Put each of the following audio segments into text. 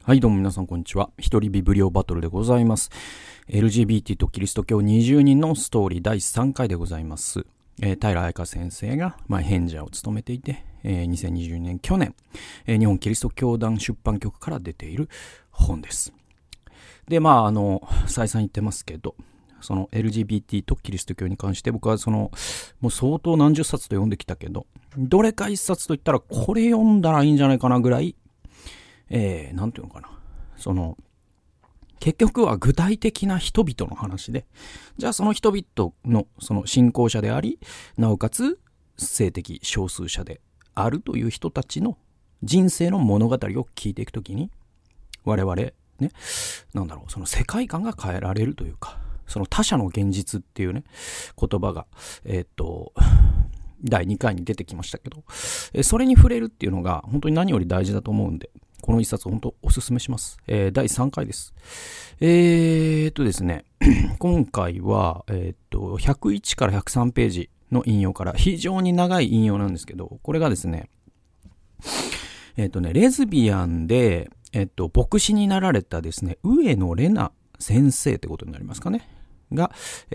はい、どうも皆さんこんにちは。一人ビブリオバトルでございます。LGBT とキリスト教20人のストーリー第3回でございます。平愛香先生が、編者を務めていて、2020年去年、日本キリスト教団出版局から出ている本です。で、再三言ってますけど、その LGBT とキリスト教に関して僕はもう相当何十冊と読んできたけど、どれか一冊といったらこれ読んだらいいんじゃないかなぐらい、なんていうのかな。結局は具体的な人々の話で、じゃあその人々のその信仰者であり、なおかつ性的少数者であるという人たちの人生の物語を聞いていくときに、我々ね、その世界観が変えられるというか、その他者の現実っていうね、言葉が、第2回に出てきましたけど、それに触れるっていうのが本当に何より大事だと思うんで、この一冊本当おすすめします。第3回です。ですね、今回は、101から103ページの引用から非常に長い引用なんですけど、これがですね、レズビアンで、牧師になられたですね、上野玲奈先生ってことになりますかね。が、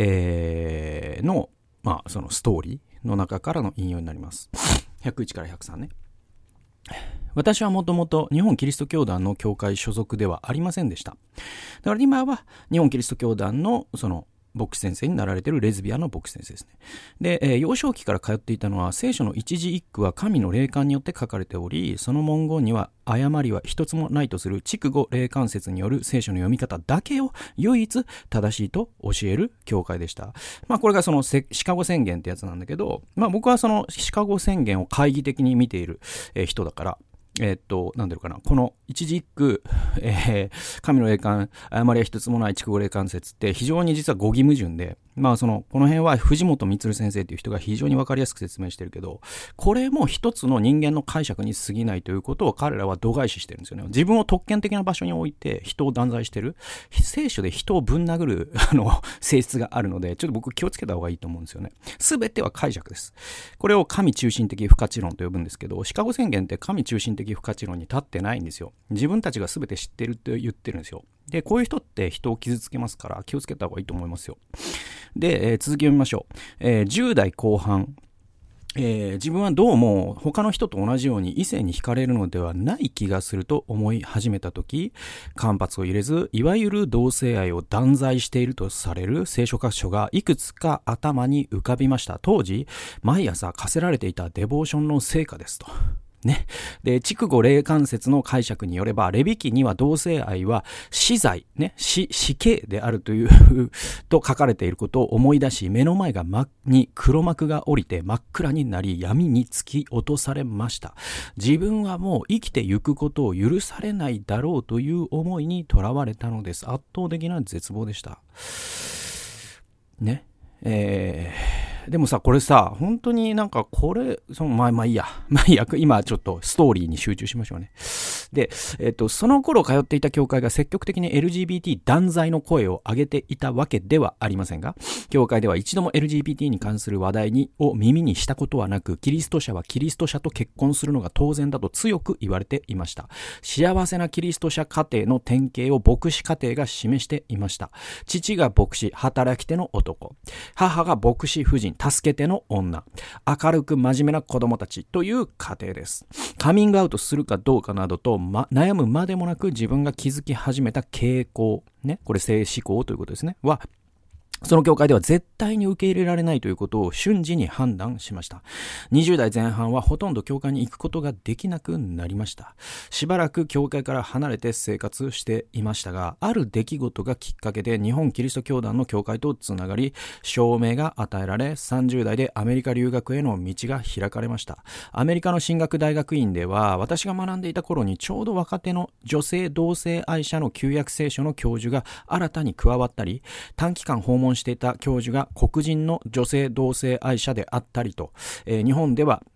そのストーリーの中からの引用になります。101から103ね。私はもともと日本キリスト教団の教会所属ではありませんでした。だから今は日本キリスト教団のその牧師先生になられているレズビアンの牧師先生ですね。で、幼少期から通っていたのは聖書の一字一句は神の霊感によって書かれており、その文言には誤りは一つもないとする筑後霊感説による聖書の読み方だけを唯一正しいと教える教会でした。これがそのシカゴ宣言ってやつなんだけど、僕はそのシカゴ宣言を懐疑的に見ている人だから、この一字一句、神の霊感、誤りは一つもない筑後霊感説って非常に実は語義矛盾で、この辺は藤本充先生っていう人が非常に分かりやすく説明してるけど、これも一つの人間の解釈に過ぎないということを彼らは度外視してるんですよね。自分を特権的な場所に置いて人を断罪してる。聖書で人をぶん殴る性質があるので、ちょっと僕気をつけた方がいいと思うんですよね。すべては解釈です。これを神中心的不可知論と呼ぶんですけど、シカゴ宣言って神中心的不可知論に立ってないんですよ。自分たちが全て知ってるって言ってるんですよ。で、こういう人って人を傷つけますから気をつけた方がいいと思いますよ。で、続き読みましょう。10代後半、自分はどうも他の人と同じように異性に惹かれるのではない気がすると思い始めたとき、間髪を入れずいわゆる同性愛を断罪しているとされる聖書箇所がいくつか頭に浮かびました。当時毎朝課せられていたデボーションの成果ですとね。で、筑後霊感説の解釈によれば、レビ記には同性愛は死罪、ね、死刑であるというと書かれていることを思い出し、目の前に黒幕が降りて真っ暗になり、闇に突き落とされました。自分はもう生きてゆくことを許されないだろうという思いにとらわれたのです。圧倒的な絶望でした。ね。でもさ、これさ、本当にこれ、いいや、今ちょっとストーリーに集中しましょうね。で、その頃通っていた教会が積極的に LGBT 断罪の声を上げていたわけではありませんが、教会では一度も LGBT に関する話題を耳にしたことはなく、キリスト者はキリスト者と結婚するのが当然だと強く言われていました。幸せなキリスト者家庭の典型を牧師家庭が示していました。父が牧師、働き手の男。母が牧師夫人、助け手の女。明るく真面目な子供たちという家庭です。カミングアウトするかどうかなどと、悩むまでもなく自分が気づき始めた傾向、ね、これ性思考ということですね、はその教会では絶対に受け入れられないということを瞬時に判断しました。20代前半はほとんど教会に行くことができなくなりました。しばらく教会から離れて生活していましたが、ある出来事がきっかけで日本キリスト教団の教会とつながり、証明が与えられ、30代でアメリカ留学への道が開かれました。アメリカの進学大学院では、私が学んでいた頃にちょうど若手の女性同性愛者の旧約聖書の教授が新たに加わったり、短期間訪問していた教授が黒人の女性同性愛者であったりと、日本では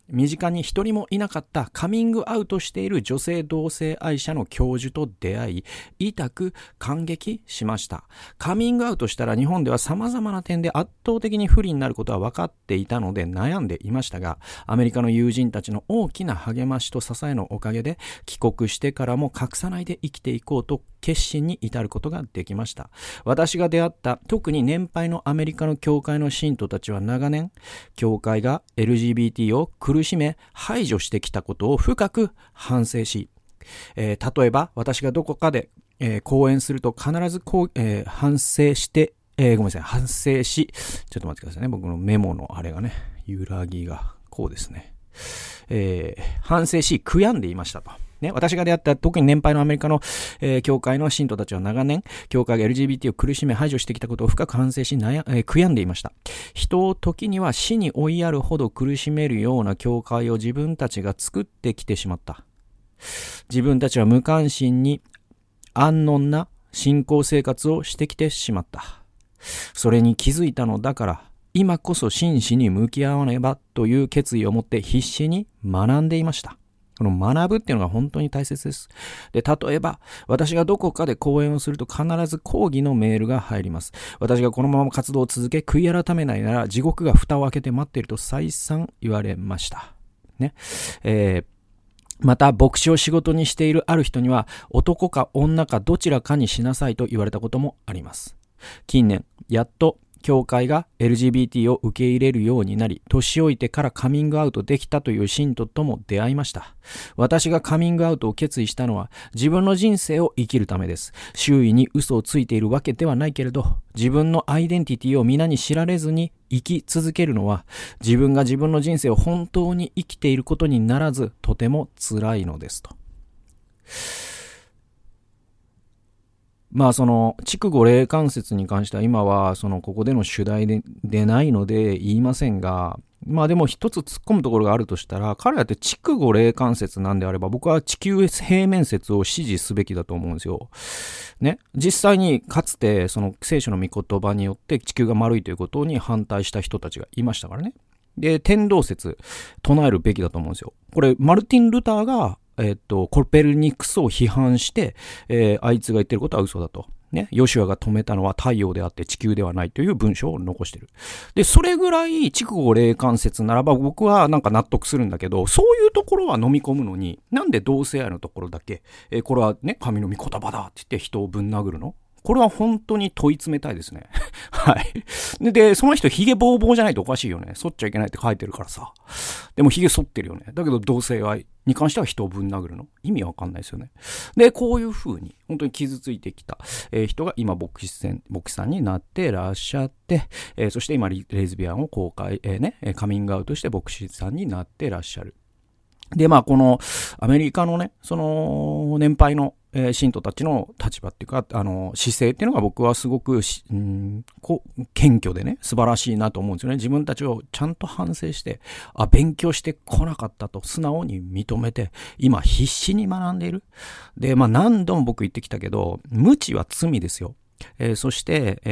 身近に一人もいなかったカミングアウトしている女性同性愛者の教授と出会い、痛く感激しました。カミングアウトしたら日本では様々な点で圧倒的に不利になることは分かっていたので悩んでいましたが、アメリカの友人たちの大きな励ましと支えのおかげで、帰国してからも隠さないで生きていこうと決心に至ることができました。私が出会った特に年配のアメリカの教会の信徒たちは長年、教会が LGBT を苦しめ排除してきたことを深く反省し、例えば私がどこかで、講演すると必ず反省して、反省し、ちょっと待ってくださいね。僕のメモのあれがね、揺らぎがこうですね。反省し悔やんでいましたと。ね、私が出会った特に年配のアメリカの、教会の信徒たちは長年、教会が LGBT を苦しめ排除してきたことを深く反省し悔やんでいました。人を時には死に追いやるほど苦しめるような教会を自分たちが作ってきてしまった。自分たちは無関心に安穏な信仰生活をしてきてしまった。それに気づいたのだから、今こそ真摯に向き合わねばという決意を持って必死に学んでいました。この学ぶっていうのが本当に大切です。で、例えば、私がどこかで講演をすると必ず抗議のメールが入ります。私がこのまま活動を続け、悔い改めないなら地獄が蓋を開けて待っていると再三言われました。ね。また、牧師を仕事にしているある人には、男か女かどちらかにしなさいと言われたこともあります。近年、やっと、教会が LGBT を受け入れるようになり、年老いてからカミングアウトできたという信徒とも出会いました。私がカミングアウトを決意したのは自分の人生を生きるためです。周囲に嘘をついているわけではないけれど、自分のアイデンティティを皆に知られずに生き続けるのは、自分が自分の人生を本当に生きていることにならず、とても辛いのですと。まあ筑後霊感説に関しては今はここでの主題でないので言いませんが、まあでも一つ突っ込むところがあるとしたら、彼らって筑後霊感説なんであれば僕は地球平面説を支持すべきだと思うんですよ。ね。実際にかつて聖書の御言葉によって地球が丸いということに反対した人たちがいましたからね。で、天動説唱えるべきだと思うんですよ。これマルティン・ルターがコペルニクスを批判して、あいつが言ってることは嘘だと。ね。ヨシュアが止めたのは太陽であって地球ではないという文章を残してる。で、それぐらい筑後霊感説ならば僕はなんか納得するんだけど、そういうところは飲み込むのに、なんで同性愛のところだけ、これはね、神の御言葉だって言って人をぶん殴るの？これは本当に問い詰めたいですね。はい。で、その人ヒゲボーボーじゃないとおかしいよね。剃っちゃいけないって書いてるからさ。でもヒゲ剃ってるよね。だけど同性愛に関しては人をぶん殴るの？意味わかんないですよね。で、こういう風に本当に傷ついてきた、人が今牧師さんになってらっしゃって、そして今レズビアンをカミングアウトして牧師さんになってらっしゃる。で、まあこのアメリカのね、年配の信徒たちの立場っていうか、姿勢っていうのが僕はすごく、謙虚でね、素晴らしいなと思うんですよね。自分たちをちゃんと反省して、勉強してこなかったと素直に認めて、今必死に学んでいる。で、まあ何度も僕言ってきたけど、無知は罪ですよ。そして、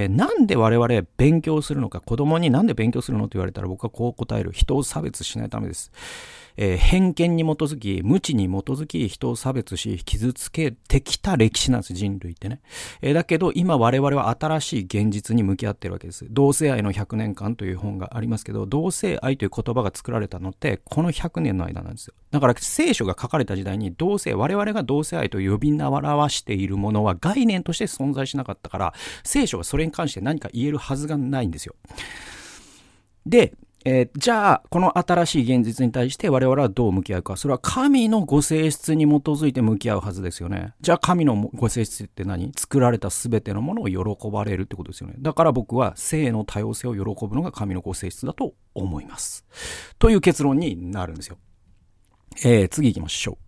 なんで我々勉強するのか、子供になんで勉強するのと言われたら僕はこう答える。人を差別しないためです。偏見に基づき、無知に基づき人を差別し、傷つけてきた歴史なんです、人類ってね。だけど今我々は新しい現実に向き合ってるわけです。同性愛の100年間という本がありますけど、同性愛という言葉が作られたのってこの100年の間なんですよ。だから聖書が書かれた時代に我々が同性愛と呼び表しているものは概念として存在しなかったから、聖書がそれに関して何か言えるはずがないんですよ。で、じゃあこの新しい現実に対して我々はどう向き合うか。それは神のご性質に基づいて向き合うはずですよね。じゃあ神のご性質って何？作られた全てのものを喜ばれるってことですよね。だから僕は性の多様性を喜ぶのが神のご性質だと思います。という結論になるんですよ。次行きましょう。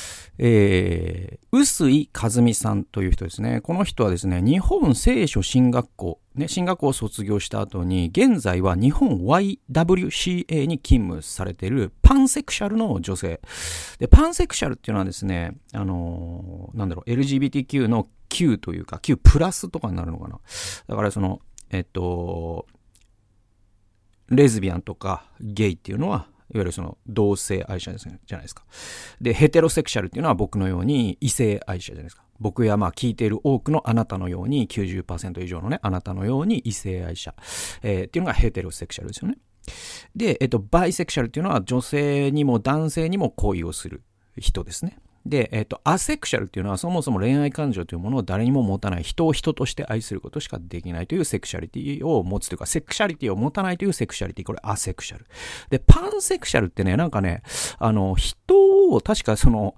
臼井和美さんという人ですね。この人はですね、日本聖書神学校、神学校を卒業した後に、現在は日本 YWCA に勤務されているパンセクシャルの女性。で、パンセクシャルっていうのはですね、LGBTQ の Q というか、Q プラスとかになるのかな。だからレズビアンとかゲイっていうのは、 ゆるその同性愛者じゃないですか。で、ヘテロセクシャルっていうのは僕のように異性愛者じゃないですか。僕や聞いている多くのあなたのように 90% 以上のね、あなたのように異性愛者、っていうのがヘテロセクシャルですよね。で、バイセクシャルっていうのは女性にも男性にも恋をする人ですね。で、アセクシャルっていうのはそもそも恋愛感情というものを誰にも持たない、人を人として愛することしかできないというセクシャリティを持つというか、セクシャリティを持たないというセクシャリティ、これアセクシャル。で、パンセクシャルってね、なんかね、人を確かその、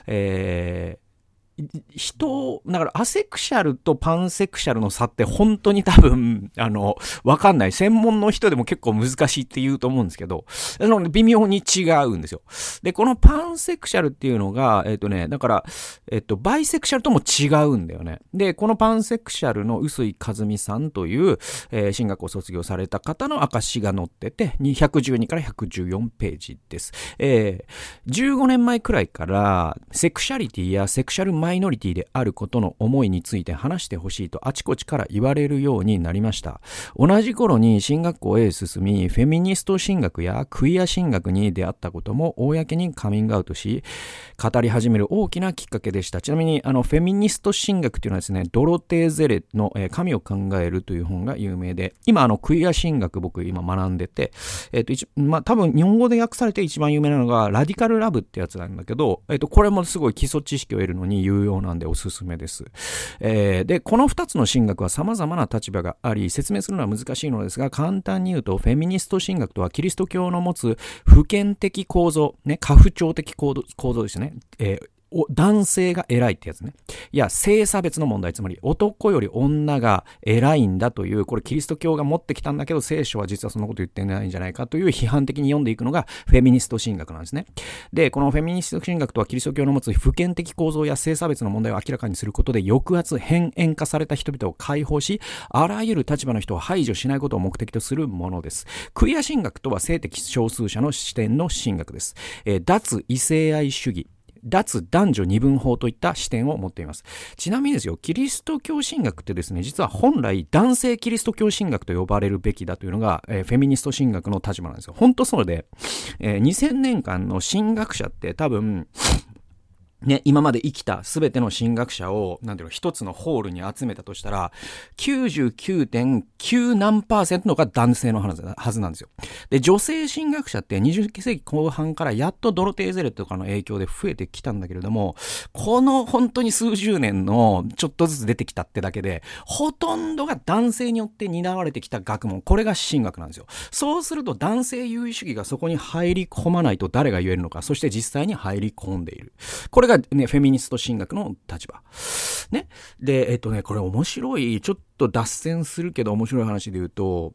だからアセクシャルとパンセクシャルの差って本当に多分、わかんない。専門の人でも結構難しいって言うと思うんですけど、微妙に違うんですよ。で、このパンセクシャルっていうのが、だから、バイセクシャルとも違うんだよね。で、このパンセクシャルの臼井和美さんという、進学を卒業された方の証が載ってて、112から114ページです。15年前くらいから、セクシャリティやセクシャルマイノリティであることの思いについて話してほしいとあちこちから言われるようになりました。同じ頃に進学校へ進み、フェミニスト進学やクイア進学に出会ったことも公にカミングアウトし、語り始める大きなきっかけでした。ちなみにフェミニスト進学というのはですね、ドロテー・ゼレの、神を考えるという本が有名で、今クイア進学僕今学んでて、多分日本語で訳されて一番有名なのがラディカルラブってやつなんだけど、これもすごい基礎知識を得るのに有用なんでおすすめです。で、この2つの神学は様々な立場があり、説明するのは難しいのですが、簡単に言うと、フェミニスト神学とはキリスト教の持つ父権的構造、ね、家父長的構造ですね。男性が偉いってやつね。いや、性差別の問題、つまり男より女が偉いんだという、これキリスト教が持ってきたんだけど、聖書は実はそんなこと言ってないんじゃないかという批判的に読んでいくのがフェミニスト神学なんですね。で、このフェミニスト神学とはキリスト教の持つ父権的構造や性差別の問題を明らかにすることで、抑圧、偏縁化された人々を解放し、あらゆる立場の人を排除しないことを目的とするものです。クイア神学とは性的少数者の視点の神学です。脱異性愛主義、脱男女二分法といった視点を持っています。ちなみにですよ、キリスト教神学ってですね、実は本来男性キリスト教神学と呼ばれるべきだというのが、フェミニスト神学の立場なんですよ。本当そうで、2000年間の神学者って多分、ね、今まで生きた全ての神学者を、一つのホールに集めたとしたら、99.9 何%のが男性のはずなんですよ。で、女性神学者って20世紀後半からやっとドロテー・ゼレとかの影響で増えてきたんだけれども、この本当に数十年のちょっとずつ出てきたってだけで、ほとんどが男性によって担われてきた学問、これが神学なんですよ。そうすると男性優位主義がそこに入り込まないと誰が言えるのか、そして実際に入り込んでいる。これがね、フェミニスト神学の立場。ね。で、これ面白い、ちょっと脱線するけど面白い話で言うと、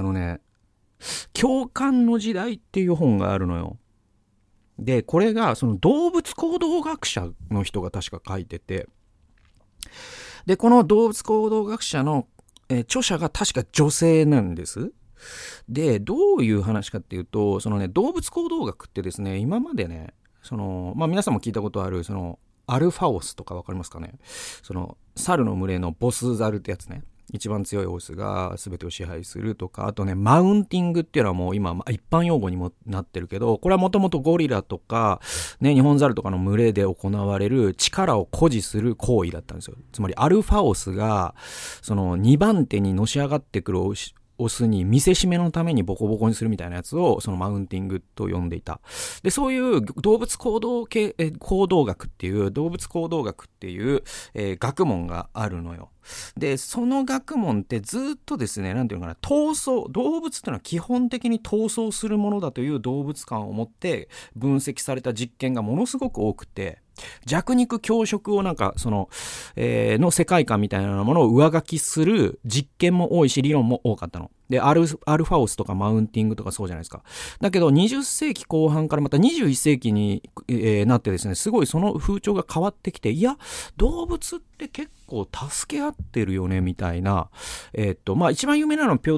共感の時代っていう本があるのよ。で、これが、その動物行動学者の人が確か書いてて、で、この動物行動学者の、著者が確か女性なんです。で、どういう話かっていうと、そのね、動物行動学ってですね、今までね、皆さんも聞いたことある、アルファオスとかわかりますかね。猿の群れのボスザルってやつね。一番強いオスが全てを支配するとか、あとね、マウンティングっていうのはもう今、一般用語にもなってるけど、これはもともとゴリラとか、ね、ニホンザルとかの群れで行われる力を誇示する行為だったんですよ。つまり、アルファオスが、2番手にのし上がってくるオスに見せしめのためにボコボコにするみたいなやつをマウンティングと呼んでいた。で、そういう動物行動学っていう、学問があるのよ。で、その学問ってずっとですね、動物っていうのは基本的に闘争するものだという動物観を持って分析された実験がものすごく多くて、弱肉強食をの世界観みたいなものを上書きする実験も多いし、理論も多かったの。で、アルファオスとかマウンティングとかそうじゃないですか。だけど、20世紀後半からまた21世紀に、なってですね、すごいその風潮が変わってきて、いや、動物って結構助け合ってるよね、みたいな。一番有名なのはピョードル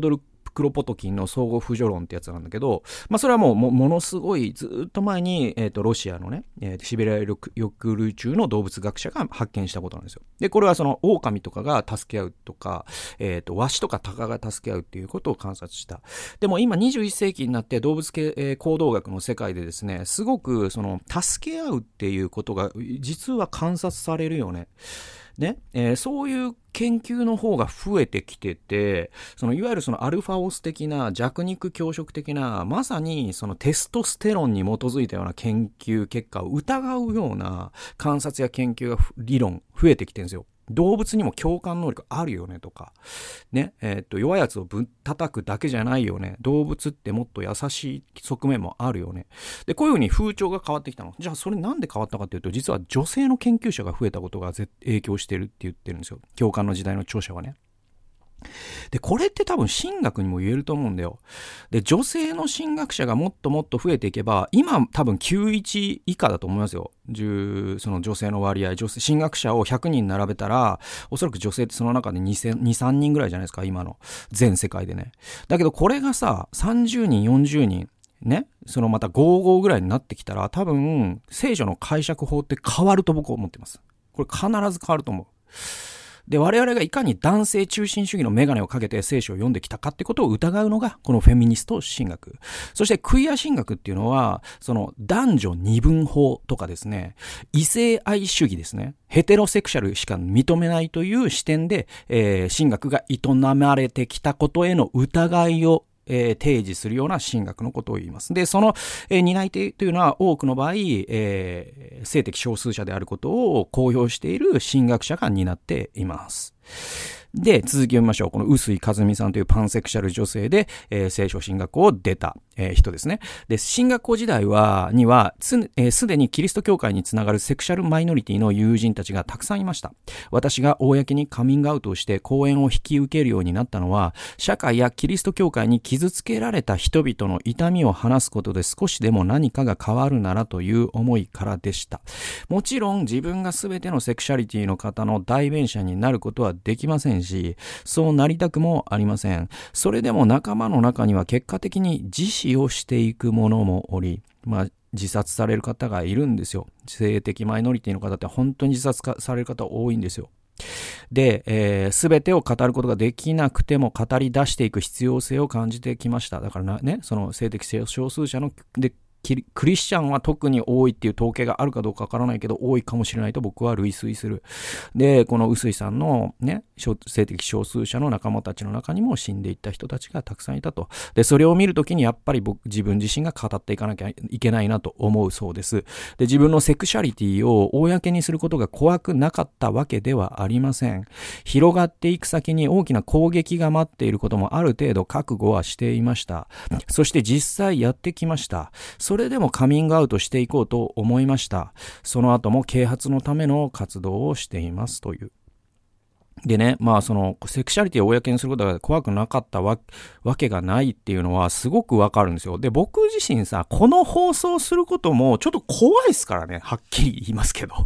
クロポトキンの相互扶助論ってやつなんだけど、それはものすごいずっと前に、ロシアのね、シベリア抑留中の動物学者が発見したことなんですよ。で、これはその狼とかが助け合うとか、ワシとかタカが助け合うっていうことを観察した。でも今21世紀になって動物系、行動学の世界でですね、すごくその助け合うっていうことが実は観察されるよね。ね、そういう研究の方が増えてきてて、いわゆるそのアルファオス的な弱肉強食的な、まさにそのテストステロンに基づいたような研究結果を疑うような観察や研究が理論増えてきてるんですよ。動物にも共感能力あるよねとか、ね、弱いやつをぶん叩くだけじゃないよね。動物ってもっと優しい側面もあるよね。で、こういうふうに風潮が変わってきたの。じゃあそれなんで変わったかというと、実は女性の研究者が増えたことが影響してるって言ってるんですよ。共感の時代の著者はね。で、これって多分神学にも言えると思うんだよ。で、女性の神学者がもっともっと増えていけば、今多分91以下だと思いますよ。その女性の割合、神学者を100人並べたら、おそらく女性ってその中で2、3人ぐらいじゃないですか、今の全世界でね。だけどこれがさ、30人、40人、ね、そのまた55ぐらいになってきたら、多分聖書の解釈法って変わると僕は思ってます。これ必ず変わると思う。で、我々がいかに男性中心主義のメガネをかけて聖書を読んできたかってことを疑うのがこのフェミニスト神学。そしてクイア神学っていうのは、その男女二分法とかですね、異性愛主義ですね、ヘテロセクシャルしか認めないという視点で、神学が営まれてきたことへの疑いを提示するような神学のことを言います。で、その、担い手というのは多くの場合、性的少数者であることを公表している神学者が担っています。で、続き読みましょう。この臼井和美さんというパンセクシャル女性で、聖書神学を出た、人ですね。で、神学校時代にはすでにキリスト教会につながるセクシャルマイノリティの友人たちがたくさんいました。私が公にカミングアウトをして講演を引き受けるようになったのは、社会やキリスト教会に傷つけられた人々の痛みを話すことで少しでも何かが変わるならという思いからでした。もちろん自分が全てのセクシャリティの方の代弁者になることはできませんし、そうなりたくもありません。それでも仲間の中には結果的に自死をしていく者もおり、自殺される方がいるんですよ。性的マイノリティの方って本当に自殺される方多いんですよ。で、全てを語ることができなくても語り出していく必要性を感じてきました。だからね、その性的少数者のクリスチャンは特に多いっていう統計があるかどうかわからないけど、多いかもしれないと僕は類推する。で、この臼井さんのね、性的少数者の仲間たちの中にも死んでいった人たちがたくさんいたと。で、それを見るときにやっぱり自分自身が語っていかなきゃいけないなと思うそうです。で、自分のセクシャリティを公にすることが怖くなかったわけではありません。広がっていく先に大きな攻撃が待っていることもある程度覚悟はしていました。そして実際やってきました。それでもカミングアウトしていこうと思いました。その後も啓発のための活動をしていますという。でね、そのセクシャリティを公にすることが怖くなかったわけがないっていうのはすごくわかるんですよ。で、僕自身さ、この放送することもちょっと怖いですからね、はっきり言いますけど。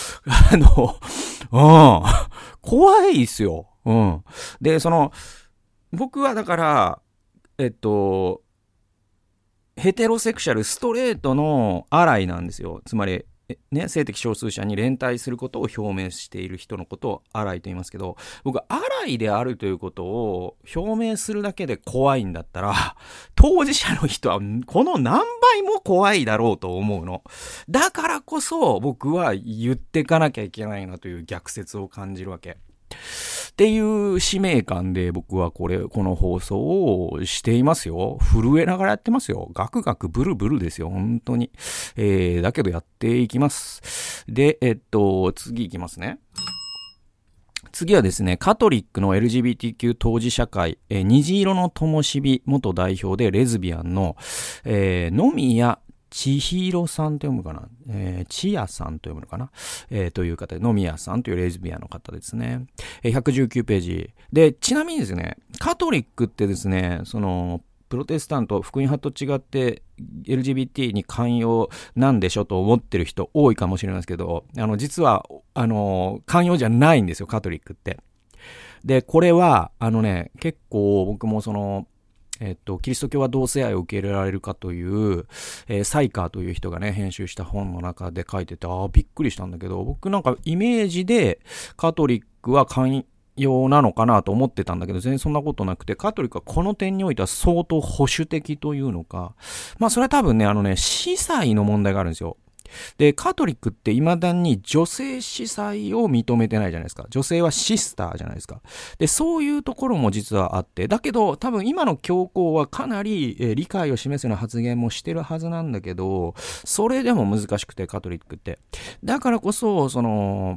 怖いですよ。で、僕はだから、ヘテロセクシャルストレートのアライなんですよ。つまりね、性的少数者に連帯することを表明している人のことをアライと言いますけど、僕はアライであるということを表明するだけで怖いんだったら、当事者の人はこの何倍も怖いだろうと思うの。だからこそ僕は言っていかなきゃいけないなという逆説を感じるわけ。っていう使命感で僕はこの放送をしていますよ。震えながらやってますよ。ガクガクブルブルですよ。本当に。だけどやっていきます。で、次いきますね。次はですね、カトリックの LGBTQ 当事者会、虹色の灯火元代表でレズビアンの、野宮千尋さんと読むかな、千谷さんと読むのかな、という方で、野宮さんというレズビアンの方ですね。119ページ。で、ちなみにですね、カトリックってですね、プロテスタント、福音派と違って LGBT に寛容なんでしょと思ってる人多いかもしれないですけど、実は、寛容じゃないんですよ、カトリックって。で、これは、結構僕もキリスト教は同性愛を受け入れられるかという、サイカーという人がね、編集した本の中で書いてて、びっくりしたんだけど、僕なんかイメージでカトリックは寛容なのかなと思ってたんだけど、全然そんなことなくて、カトリックはこの点においては相当保守的というのか、それは多分ね、司祭の問題があるんですよ。で、カトリックって未だに女性司祭を認めてないじゃないですか。女性はシスターじゃないですか。で、そういうところも実はあって、だけど多分今の教皇はかなり、理解を示すような発言もしてるはずなんだけど、それでも難しくて、カトリックって。だからこそ、こ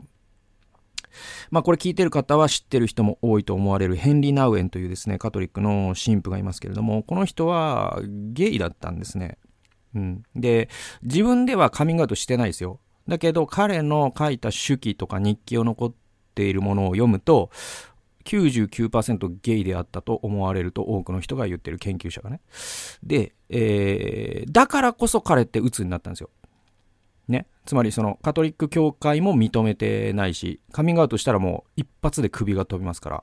れ聞いてる方は知ってる人も多いと思われるヘンリー・ナウエンというですね、カトリックの神父がいますけれども、この人はゲイだったんですね。で、自分ではカミングアウトしてないですよ。だけど彼の書いた手記とか日記を残っているものを読むと 99% ゲイであったと思われると多くの人が言ってる、研究者がね。で、だからこそ彼って鬱になったんですよ。ね。つまりカトリック教会も認めてないし、カミングアウトしたらもう一発で首が飛びますから。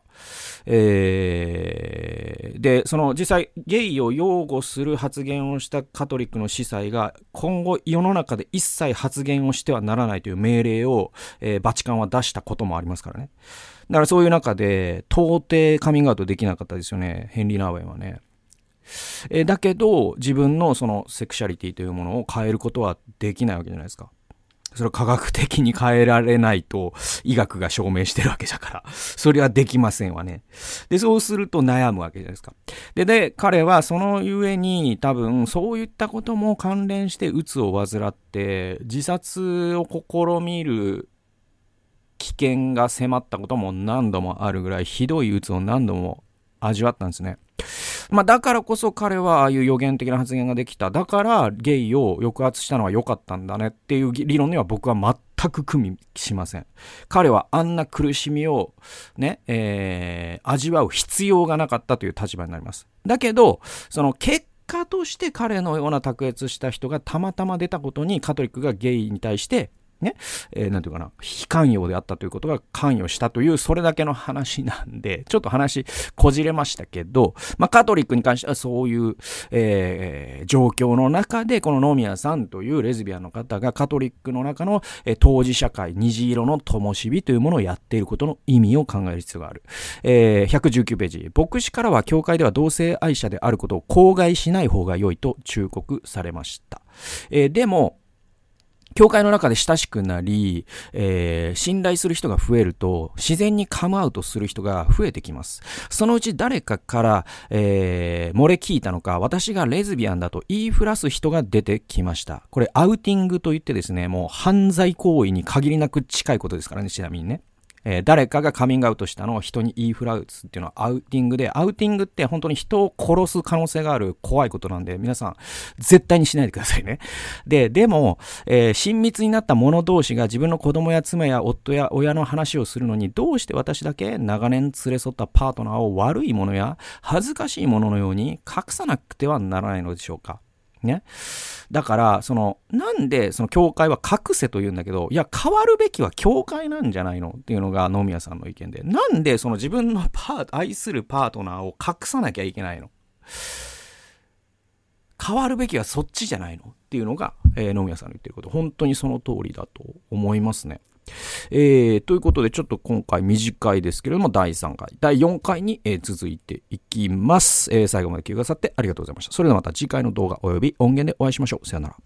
で、実際ゲイを擁護する発言をしたカトリックの司祭が今後世の中で一切発言をしてはならないという命令を、バチカンは出したこともありますからね。だからそういう中で到底カミングアウトできなかったですよね、ヘンリー・ナウエンはね。だけど自分のセクシャリティというものを変えることはできないわけじゃないですか。それは科学的に変えられないと医学が証明してるわけだから、それはできませんわね。で、そうすると悩むわけじゃないですか。で、彼はそのゆえに多分そういったことも関連して鬱を患って自殺を試みる危険が迫ったことも何度もあるぐらいひどい鬱を何度も味わったんですね。だからこそ彼はああいう予言的な発言ができた。だからゲイを抑圧したのは良かったんだねっていう理論には僕は全く組みしません。彼はあんな苦しみをね、味わう必要がなかったという立場になります。だけど、結果として彼のような卓越した人がたまたま出たことにカトリックがゲイに対してね、なんていうかな、非関与であったということが関与したという、それだけの話なんで、ちょっと話こじれましたけど、カトリックに関してはそういう、状況の中で、この野宮さんというレズビアンの方がカトリックの中の、当事社会、虹色の灯火というものをやっていることの意味を考える必要がある。119ページ。牧師からは教会では同性愛者であることを口外しない方が良いと忠告されました。でも、教会の中で親しくなり、信頼する人が増えると、自然にカムアウトする人が増えてきます。そのうち誰かから、漏れ聞いたのか、私がレズビアンだと言いふらす人が出てきました。これアウティングといってですね、もう犯罪行為に限りなく近いことですからね、ちなみにね。誰かがカミングアウトしたのを人に言いふらすっていうのはアウティングで、アウティングって本当に人を殺す可能性がある怖いことなんで、皆さん絶対にしないでくださいね。でも、親密になった者同士が自分の子供や妻や夫や親の話をするのに、どうして私だけ長年連れ添ったパートナーを悪いものや恥ずかしいもののように隠さなくてはならないのでしょうか。ね。だから、なんで、教会は隠せと言うんだけど、いや、変わるべきは教会なんじゃないのっていうのが野宮さんの意見で、なんで、自分の愛するパートナーを隠さなきゃいけないの？変わるべきはそっちじゃないのっていうのが、野宮さんの言ってること、本当にその通りだと思いますね。ということでちょっと今回短いですけれども第3回第4回に、続いていきます。最後まで聞いてくださってありがとうございました。それではまた次回の動画および音源でお会いしましょう。さよなら。